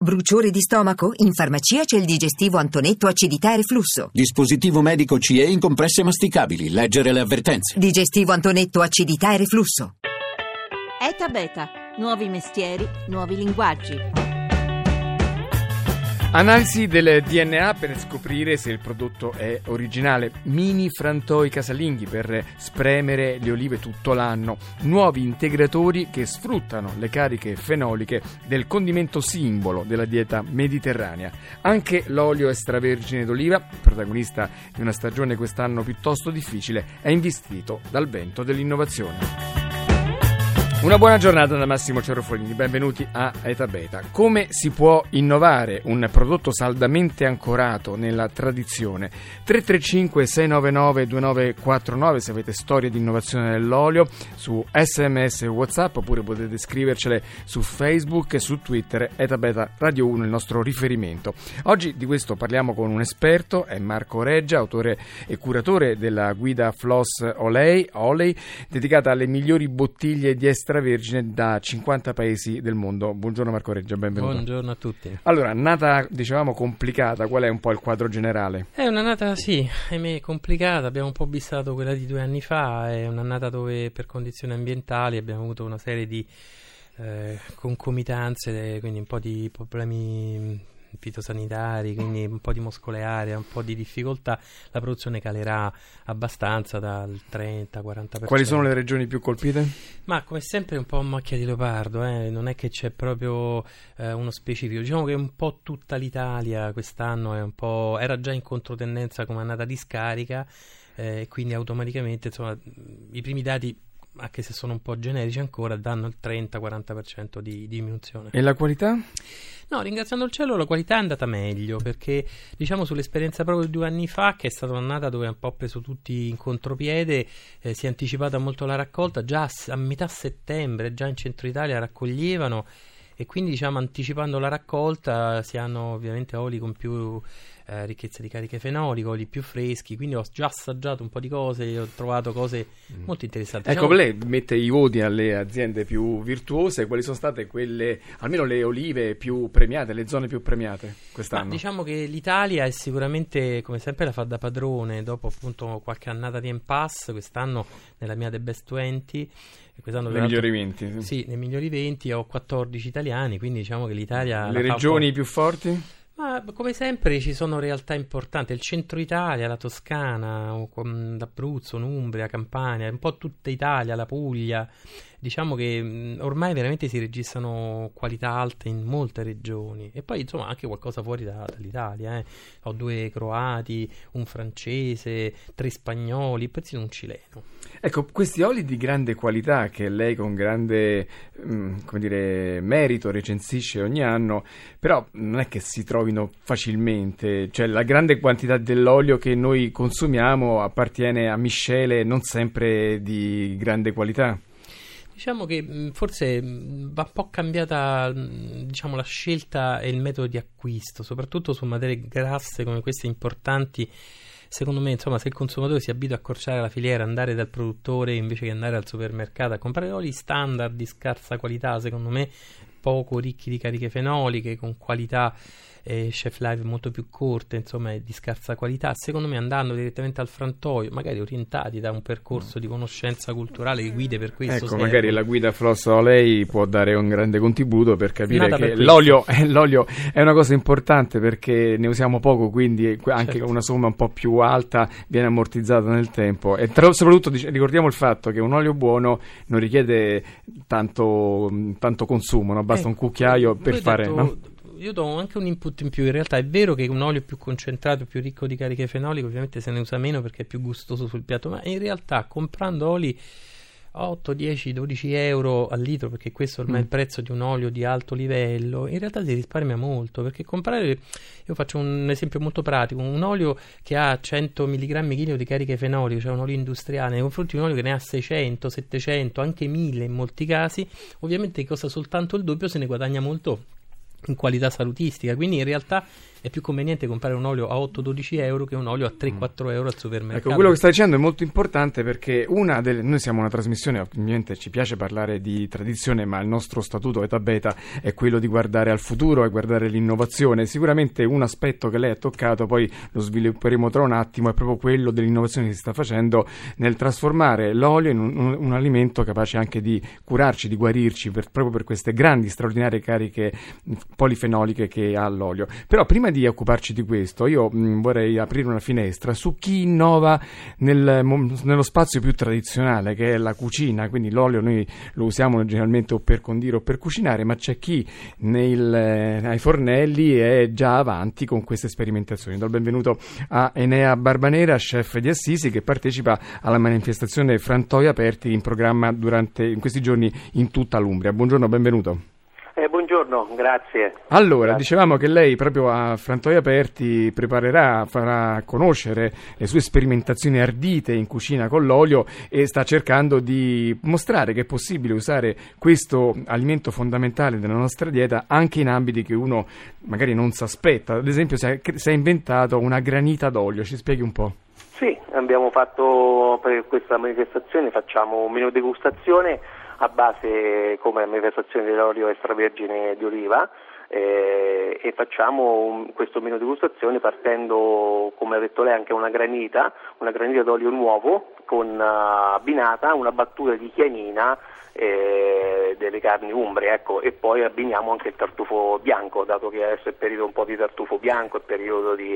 Bruciore di stomaco? In farmacia c'è il digestivo Antonetto acidità e reflusso. Dispositivo medico CE in compresse masticabili. Leggere le avvertenze. Digestivo Antonetto acidità e reflusso. ETA Beta. Nuovi mestieri, nuovi linguaggi. Analisi del DNA per scoprire se il prodotto è originale. Mini frantoi casalinghi per spremere le olive tutto l'anno. Nuovi integratori che sfruttano le cariche fenoliche del condimento simbolo della dieta mediterranea. Anche l'olio extravergine d'oliva, protagonista di una stagione quest'anno piuttosto difficile, è investito dal vento dell'innovazione. Una buona giornata da Massimo Cerofolini, benvenuti a ETA Beta. Come si può innovare un prodotto saldamente ancorato nella tradizione? 335-699-2949 se avete storie di innovazione dell'olio, su SMS e WhatsApp, oppure potete scrivercele su Facebook e su Twitter. ETA Beta Radio 1 il nostro riferimento. Oggi di questo parliamo con un esperto, è Marco Reggia, autore e curatore della guida Floss Olei, dedicata alle migliori bottiglie di extravergine da 50 paesi del mondo. Buongiorno Marco Reggia, benvenuto. Buongiorno a tutti. Allora, nata dicevamo complicata, qual è un po' il quadro generale? È un'annata, sì, ahimè complicata, abbiamo un po' bissato quella di 2 anni fa, è un'annata dove per condizioni ambientali abbiamo avuto una serie di concomitanze, quindi un po' di problemi fitosanitari, quindi un po' di moscole aree, un po' di difficoltà. La produzione calerà abbastanza dal 30-40%. Quali sono le regioni più colpite? Ma come sempre un po' a macchia di leopardo, non è che c'è proprio uno specifico. Diciamo che un po' tutta l'Italia quest'anno era già in controtendenza come annata di scarica, e quindi automaticamente insomma i primi dati, anche se sono un po' generici ancora, danno il 30-40% di diminuzione. E la qualità? No, ringraziando il cielo la qualità è andata meglio, perché diciamo sull'esperienza proprio di 2 anni fa, che è stata un'annata dove un po' preso tutti in contropiede, si è anticipata molto la raccolta, già a metà settembre, già in centro Italia raccoglievano, e quindi diciamo anticipando la raccolta si hanno ovviamente oli con più ricchezza di cariche fenoliche, oli più freschi, quindi ho già assaggiato un po' di cose, ho trovato cose molto interessanti. Ecco, lei mette i voti alle aziende più virtuose. Quali sono state quelle, almeno le olive più premiate, le zone più premiate quest'anno? Ma diciamo che l'Italia è sicuramente, come sempre, la fa da padrone, dopo appunto qualche annata di impasse, quest'anno nella mia The Best 20, nei migliori 20. Sì, nei migliori 20 ho 14 italiani, quindi diciamo che l'Italia... Le regioni più forti? Ma come sempre ci sono realtà importanti, il centro Italia, la Toscana, l'Abruzzo, l'Umbria, Campania, un po' tutta Italia, la Puglia. Diciamo che ormai veramente si registrano qualità alte in molte regioni, e poi insomma anche qualcosa fuori dall'Italia. Ho 2 croati, un francese, 3 spagnoli, persino un cileno. Ecco, questi oli di grande qualità che lei con grande merito recensisce ogni anno, però non è che si trovino facilmente, cioè la grande quantità dell'olio che noi consumiamo appartiene a miscele non sempre di grande qualità. Diciamo che forse va un po' cambiata, diciamo, la scelta e il metodo di acquisto, soprattutto su materie grasse come queste importanti. Secondo me, insomma, se il consumatore si abitua a accorciare la filiera, andare dal produttore invece che andare al supermercato a comprare oli standard di scarsa qualità, secondo me poco ricchi di cariche fenoliche, con qualità chef life molto più corte, insomma di scarsa qualità, secondo me andando direttamente al frantoio, magari orientati da un percorso di conoscenza culturale, di guide per questo. Ecco, magari la guida Floss Olei può dare un grande contributo per capire che l'olio è una cosa importante, perché ne usiamo poco, quindi anche una somma un po' più alta viene ammortizzata nel tempo, e soprattutto ricordiamo il fatto che un olio buono non richiede tanto consumo, no? Basta un cucchiaio per fare... No? Io do anche un input in più. In realtà è vero che un olio più concentrato, più ricco di cariche fenoliche, ovviamente se ne usa meno perché è più gustoso sul piatto, ma in realtà comprando oli 8, 10, 12 euro al litro, perché questo ormai è il prezzo di un olio di alto livello, in realtà si risparmia molto, perché comprare, io faccio un esempio molto pratico, un olio che ha 100 mg chilo di cariche fenoliche, cioè un olio industriale, nei confronti di un olio che ne ha 600, 700, anche 1000 in molti casi, ovviamente costa soltanto il doppio, se ne guadagna molto in qualità salutistica, quindi in realtà è più conveniente comprare un olio a 8-12 euro che un olio a 3-4 euro al supermercato. Ecco, quello che stai dicendo è molto importante, perché noi siamo una trasmissione, ovviamente ci piace parlare di tradizione, ma il nostro statuto Eta Beta è quello di guardare al futuro e guardare l'innovazione. Sicuramente un aspetto che lei ha toccato, poi lo svilupperemo tra un attimo, è proprio quello dell'innovazione che si sta facendo nel trasformare l'olio in un alimento capace anche di curarci, di guarirci, proprio per queste grandi, straordinarie cariche polifenoliche che ha l'olio. Però prima di occuparci di questo, io vorrei aprire una finestra su chi innova nello spazio più tradizionale, che è la cucina. Quindi l'olio noi lo usiamo generalmente o per condire o per cucinare, ma c'è chi ai fornelli è già avanti con queste sperimentazioni. Do il benvenuto a Enea Barbanera, chef di Assisi, che partecipa alla manifestazione Frantoi Aperti in programma in questi giorni in tutta l'Umbria. Buongiorno, benvenuto. Buongiorno, grazie. Allora, dicevamo che lei proprio a Frantoi Aperti farà conoscere le sue sperimentazioni ardite in cucina con l'olio e sta cercando di mostrare che è possibile usare questo alimento fondamentale della nostra dieta anche in ambiti che uno magari non si aspetta. Ad esempio, si è inventato una granita d'olio, ci spieghi un po'? Sì, abbiamo fatto per questa manifestazione, facciamo un menù degustazione a base come manifestazione dell'olio extravergine di oliva e facciamo questo menù degustazione partendo, come ha detto lei, anche una granita d'olio nuovo abbinata a una battuta di chianina delle carni umbre, ecco, e poi abbiniamo anche il tartufo bianco, dato che adesso è periodo un po' di tartufo bianco, è periodo di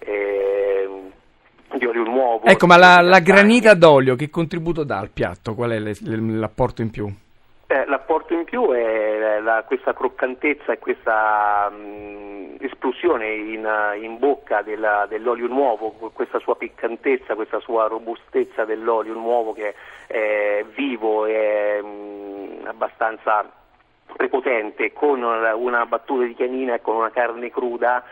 olio nuovo. Ecco, ma la granita d'olio che contributo dà al piatto? Qual è l'apporto in più? L'apporto in più è questa croccantezza e questa esplosione in bocca dell'olio nuovo, questa sua piccantezza, questa sua robustezza dell'olio nuovo che è vivo e abbastanza prepotente, con una battuta di chianina e con una carne cruda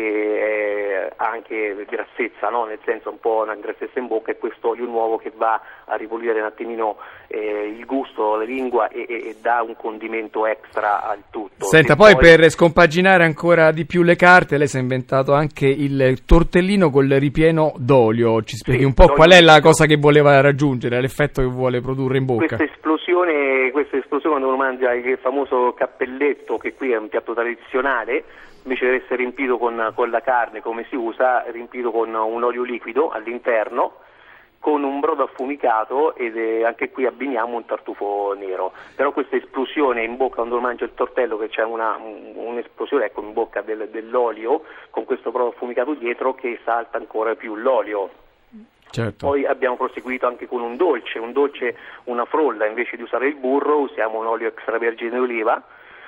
che ha anche grassezza, no? Nel senso un po' una grassezza in bocca, e questo olio nuovo che va a ripulire un attimino il gusto, la lingua e dà un condimento extra al tutto. Senta, poi per scompaginare ancora di più le carte, lei si è inventato anche il tortellino col ripieno d'olio. Ci spieghi un po' qual è la cosa che voleva raggiungere, l'effetto che vuole produrre in bocca? Questa esplosione quando uno mangia il famoso cappelletto, che qui è un piatto tradizionale, invece di essere riempito con la carne come si usa, è riempito con un olio liquido all'interno, con un brodo affumicato, ed anche qui abbiniamo un tartufo nero. Però questa esplosione in bocca, quando mangio il tortello, che c'è un'esplosione, ecco, in bocca dell'olio, con questo brodo affumicato dietro che salta ancora più l'olio. Certo. Poi abbiamo proseguito anche con un dolce, una frolla, invece di usare il burro usiamo un olio extravergine di oliva,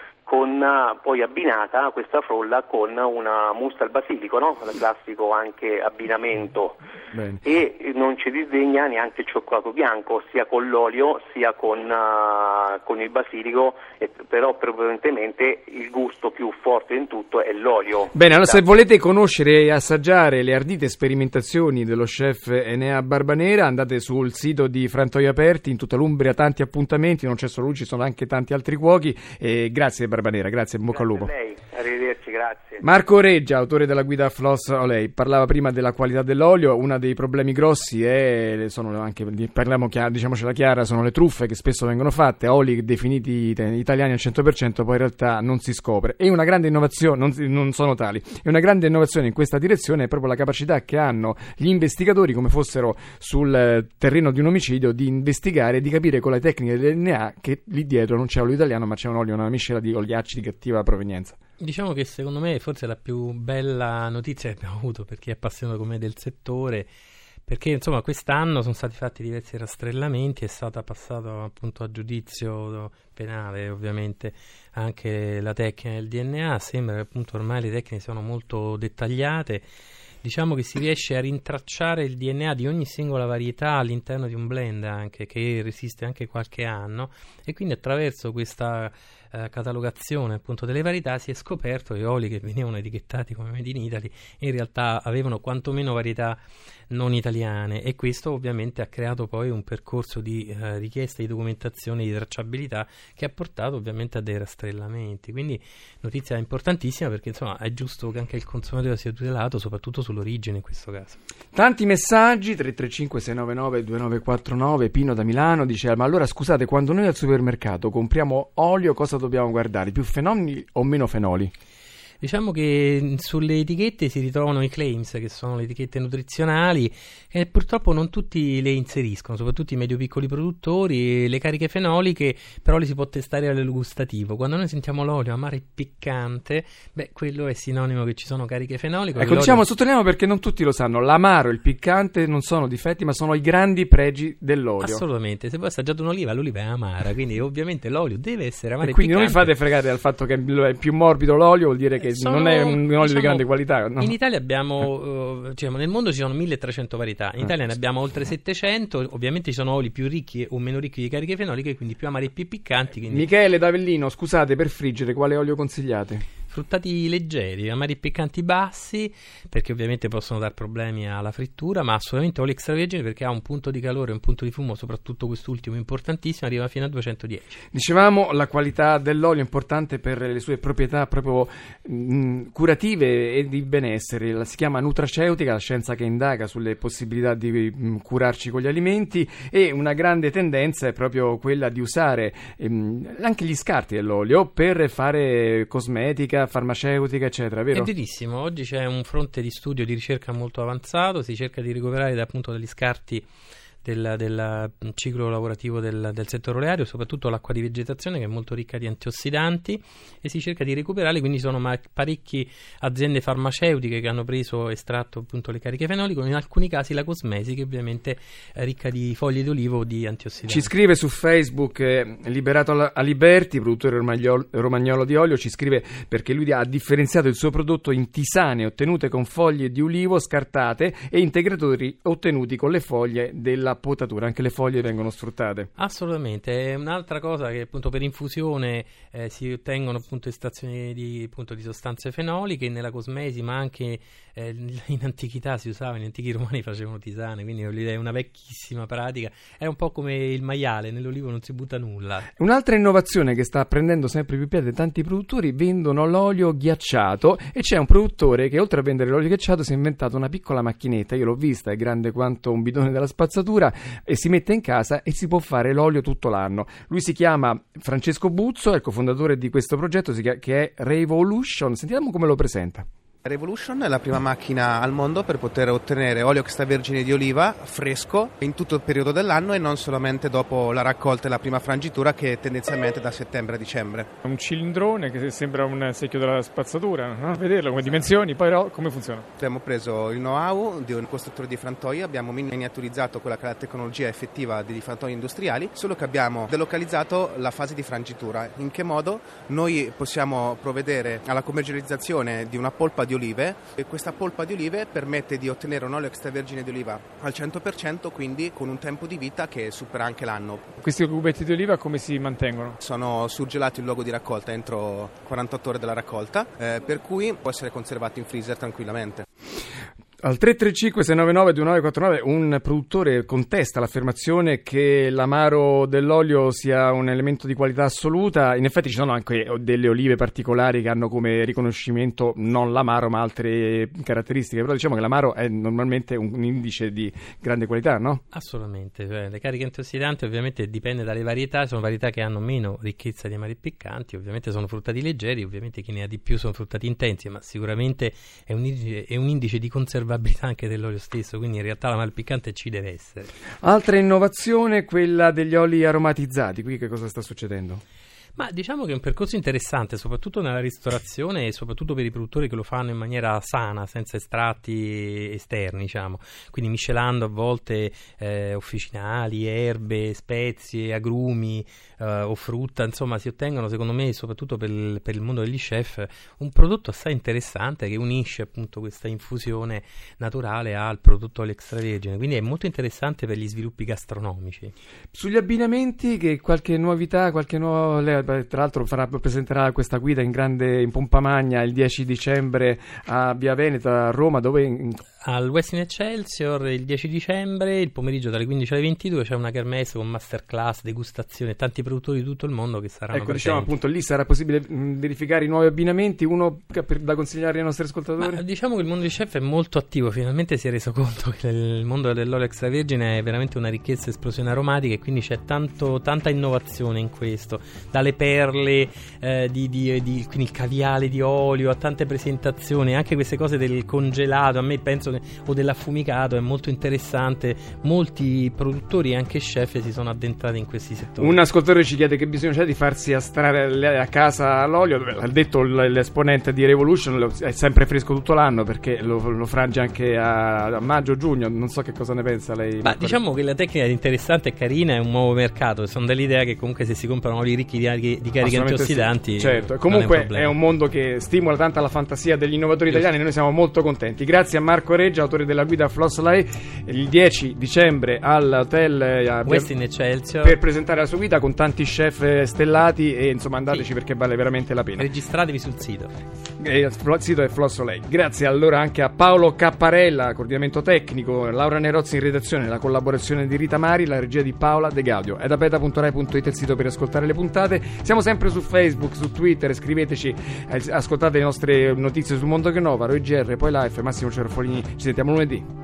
poi abbinata questa frolla con una mousse al basilico, no? Il classico anche abbinamento. Bene. E non ci disdegna neanche il cioccolato bianco, sia con l'olio sia con il basilico, però prevalentemente il gusto più forte in tutto è l'olio. Bene, allora se volete conoscere e assaggiare le ardite sperimentazioni dello chef Enea Barbanera, andate sul sito di Frantoi Aperti, in tutta l'Umbria tanti appuntamenti, non c'è solo lui, ci sono anche tanti altri cuochi, e grazie Barbanera, grazie, in bocca al lupo. Grazie a lei, arrivederci, grazie. Marco Reggia, autore della guida Floss Olei, parlava prima della qualità dell'olio. Uno dei problemi grossi sono anche, diciamocela chiara, sono le truffe che spesso vengono fatte, oli definiti italiani al 100%, poi in realtà non si scopre. E una grande innovazione, non sono tali, e una grande innovazione in questa direzione è proprio la capacità che hanno gli investigatori, come fossero sul terreno di un omicidio, di investigare e di capire con le tecniche del DNA che lì dietro non c'è olio italiano, ma c'è un olio, una miscela di oliacei di cattiva provenienza. Diciamo che secondo me forse la più bella notizia che abbiamo avuto per chi è appassionato come me del settore, perché insomma quest'anno sono stati fatti diversi rastrellamenti, è stata passata appunto a giudizio penale ovviamente anche la tecnica del DNA. Sembra che appunto ormai le tecniche siano molto dettagliate, diciamo che si riesce a rintracciare il DNA di ogni singola varietà all'interno di un blend anche che resiste anche qualche anno, e quindi attraverso questa catalogazione appunto delle varietà si è scoperto che oli che venivano etichettati come Made in Italy in realtà avevano quantomeno varietà non italiane, e questo ovviamente ha creato poi un percorso di richiesta di documentazione, di tracciabilità, che ha portato ovviamente a dei rastrellamenti. Quindi notizia importantissima, perché insomma è giusto che anche il consumatore sia tutelato, soprattutto sull'origine in questo caso. Tanti messaggi, 335 699 2949. Pino da Milano dice: ma allora scusate, quando noi al supermercato compriamo olio cosa dobbiamo guardare? Più fenoli o meno fenoli? Diciamo che sulle etichette si ritrovano i claims, che sono le etichette nutrizionali, che purtroppo non tutti le inseriscono, soprattutto i medio-piccoli produttori. Le cariche fenoliche però le si può testare a livello gustativo. Quando noi sentiamo l'olio amaro e piccante, quello è sinonimo che ci sono cariche fenoliche. Ecco, sottolineiamo, perché non tutti lo sanno, l'amaro e il piccante non sono difetti, ma sono i grandi pregi dell'olio. Assolutamente, se voi assaggiate un'oliva, l'oliva è amara, quindi ovviamente l'olio deve essere amaro e quindi piccante. non vi fate fregare dal fatto che è più morbido l'olio, vuol dire che non è un olio di grande qualità, no? In Italia abbiamo, nel mondo ci sono 1300 varietà, in Italia ne abbiamo oltre 700, ovviamente ci sono oli più ricchi o meno ricchi di cariche fenoliche, quindi più amari e più piccanti. Quindi... Michele da Avellino, scusate, per friggere quale olio consigliate? Fruttati leggeri, amari e piccanti bassi, perché ovviamente possono dar problemi alla frittura, ma assolutamente olio extravergine, perché ha un punto di calore e un punto di fumo, soprattutto quest'ultimo importantissimo, arriva fino a 210. Dicevamo, la qualità dell'olio è importante per le sue proprietà proprio curative e di benessere. Si chiama nutraceutica, la scienza che indaga sulle possibilità di curarci con gli alimenti, e una grande tendenza è proprio quella di usare anche gli scarti dell'olio per fare cosmetica, farmaceutica, eccetera, vero? È verissimo, oggi c'è un fronte di studio, di ricerca molto avanzato, si cerca di recuperare appunto dagli scarti del ciclo lavorativo del settore oleario, soprattutto l'acqua di vegetazione, che è molto ricca di antiossidanti, e si cerca di recuperarli. Quindi sono parecchie aziende farmaceutiche che hanno preso estratto appunto le cariche fenoliche, in alcuni casi la cosmesi, che ovviamente è ricca di foglie d'olivo o di antiossidanti. Ci scrive su Facebook Liberato Aliberti, produttore romagnolo di olio, ci scrive perché lui ha differenziato il suo prodotto in tisane ottenute con foglie di ulivo scartate e integratori ottenuti con le foglie della potatura. Anche le foglie vengono sfruttate. Assolutamente. È un'altra cosa che appunto per infusione si ottengono appunto estrazioni di sostanze fenoliche nella cosmesi, ma anche in antichità si usava, gli antichi romani facevano tisane, quindi è una vecchissima pratica. È un po' come il maiale, nell'olivo non si butta nulla. Un'altra innovazione che sta prendendo sempre più piede, tanti produttori vendono l'olio ghiacciato, e c'è un produttore che oltre a vendere l'olio ghiacciato si è inventato una piccola macchinetta, io l'ho vista, è grande quanto un bidone della spazzatura, e si mette in casa e si può fare l'olio tutto l'anno. Lui si chiama Francesco Buzzo, è il cofondatore di questo progetto che è Revolution. Sentiamo come lo presenta. Revolution è la prima macchina al mondo per poter ottenere olio extravergine di oliva fresco in tutto il periodo dell'anno, e non solamente dopo la raccolta e la prima frangitura, che è tendenzialmente da settembre a dicembre. Un cilindrone che sembra un secchio della spazzatura, no? Vederlo come dimensioni, poi però come funziona? Abbiamo preso il know-how di un costruttore di frantoi, abbiamo miniaturizzato quella che è la tecnologia effettiva degli frantoi industriali, solo che abbiamo delocalizzato la fase di frangitura. In che modo? Noi possiamo provvedere alla commercializzazione di una polpa di olive, e questa polpa di olive permette di ottenere un olio extravergine di oliva al 100%, quindi con un tempo di vita che supera anche l'anno. Questi cubetti di oliva come si mantengono? Sono surgelati in luogo di raccolta entro 48 ore dalla raccolta, per cui può essere conservato in freezer tranquillamente. Al 335 699 2949 un produttore contesta l'affermazione che l'amaro dell'olio sia un elemento di qualità assoluta. In effetti ci sono anche delle olive particolari che hanno come riconoscimento non l'amaro ma altre caratteristiche, però diciamo che l'amaro è normalmente un indice di grande qualità, no? Assolutamente, le cariche antiossidanti ovviamente dipende dalle varietà, sono varietà che hanno meno ricchezza di amari piccanti, ovviamente sono fruttati leggeri, ovviamente chi ne ha di più sono fruttati intensi, ma sicuramente è un indice di conservazione anche dell'olio stesso, quindi in realtà l'amaro piccante ci deve essere. Altra innovazione, quella degli oli aromatizzati. Qui che cosa sta succedendo? Ma diciamo che è un percorso interessante, soprattutto nella ristorazione e soprattutto per i produttori che lo fanno in maniera sana, senza estratti esterni, diciamo. Quindi miscelando a volte officinali, erbe, spezie, agrumi o frutta, insomma si ottengono, secondo me, soprattutto per il mondo degli chef, un prodotto assai interessante che unisce appunto questa infusione naturale al prodotto olio extravergine, quindi è molto interessante per gli sviluppi gastronomici. Sugli abbinamenti, che qualche novità, qualche nuova tra l'altro presenterà questa guida in pompa magna il 10 dicembre a Via Veneta a Roma, dove al Westin Excelsior il 10 dicembre, il pomeriggio dalle 15 alle 22 c'è una kermesse con masterclass, degustazione e tanti produttori di tutto il mondo che saranno presenti. Diciamo appunto lì sarà possibile verificare i nuovi abbinamenti, uno da consigliare ai nostri ascoltatori? Ma diciamo che il mondo di chef è molto attivo, finalmente si è reso conto che il mondo dell'olio extravergine è veramente una ricchezza e esplosione aromatica, e quindi c'è tanta innovazione in questo, dalle perle quindi il caviale di olio a tante presentazioni, anche queste cose del congelato, a me penso o dell'affumicato è molto interessante. Molti produttori e anche chef si sono addentrati in questi settori. Un ascoltatore ci chiede che bisogno c'è di farsi astrare a casa l'olio. Ha detto l'esponente di Revolution, è sempre fresco tutto l'anno perché lo fragge anche a maggio-giugno. Non so che cosa ne pensa lei. Ma diciamo che la tecnica è interessante e carina, è un nuovo mercato. Sono dell'idea che comunque se si comprano oli ricchi di carichi antiossidanti, sì. Certo, comunque è un mondo che stimola tanto la fantasia degli innovatori italiani, noi siamo molto contenti. Grazie a Marco Reggia, autore della guida Floss Lay, il 10 dicembre all'hotel Westin Excelsior per presentare la sua guida con tanti chef stellati, e insomma andateci perché vale veramente la pena. Registratevi sul sito. Il sito è Floss Lay. Grazie allora anche a Paolo Capparella, coordinamento tecnico, Laura Nerozzi in redazione, la collaborazione di Rita Mari, la regia di Paola De Gaudio. Edapeta.rai.it il sito per ascoltare le puntate. Siamo sempre su Facebook, su Twitter, scriveteci, ascoltate le nostre notizie sul Mondo che Nova, Roy GR, poi Life, Massimo Cerofolini. Ci sentiamo lunedì.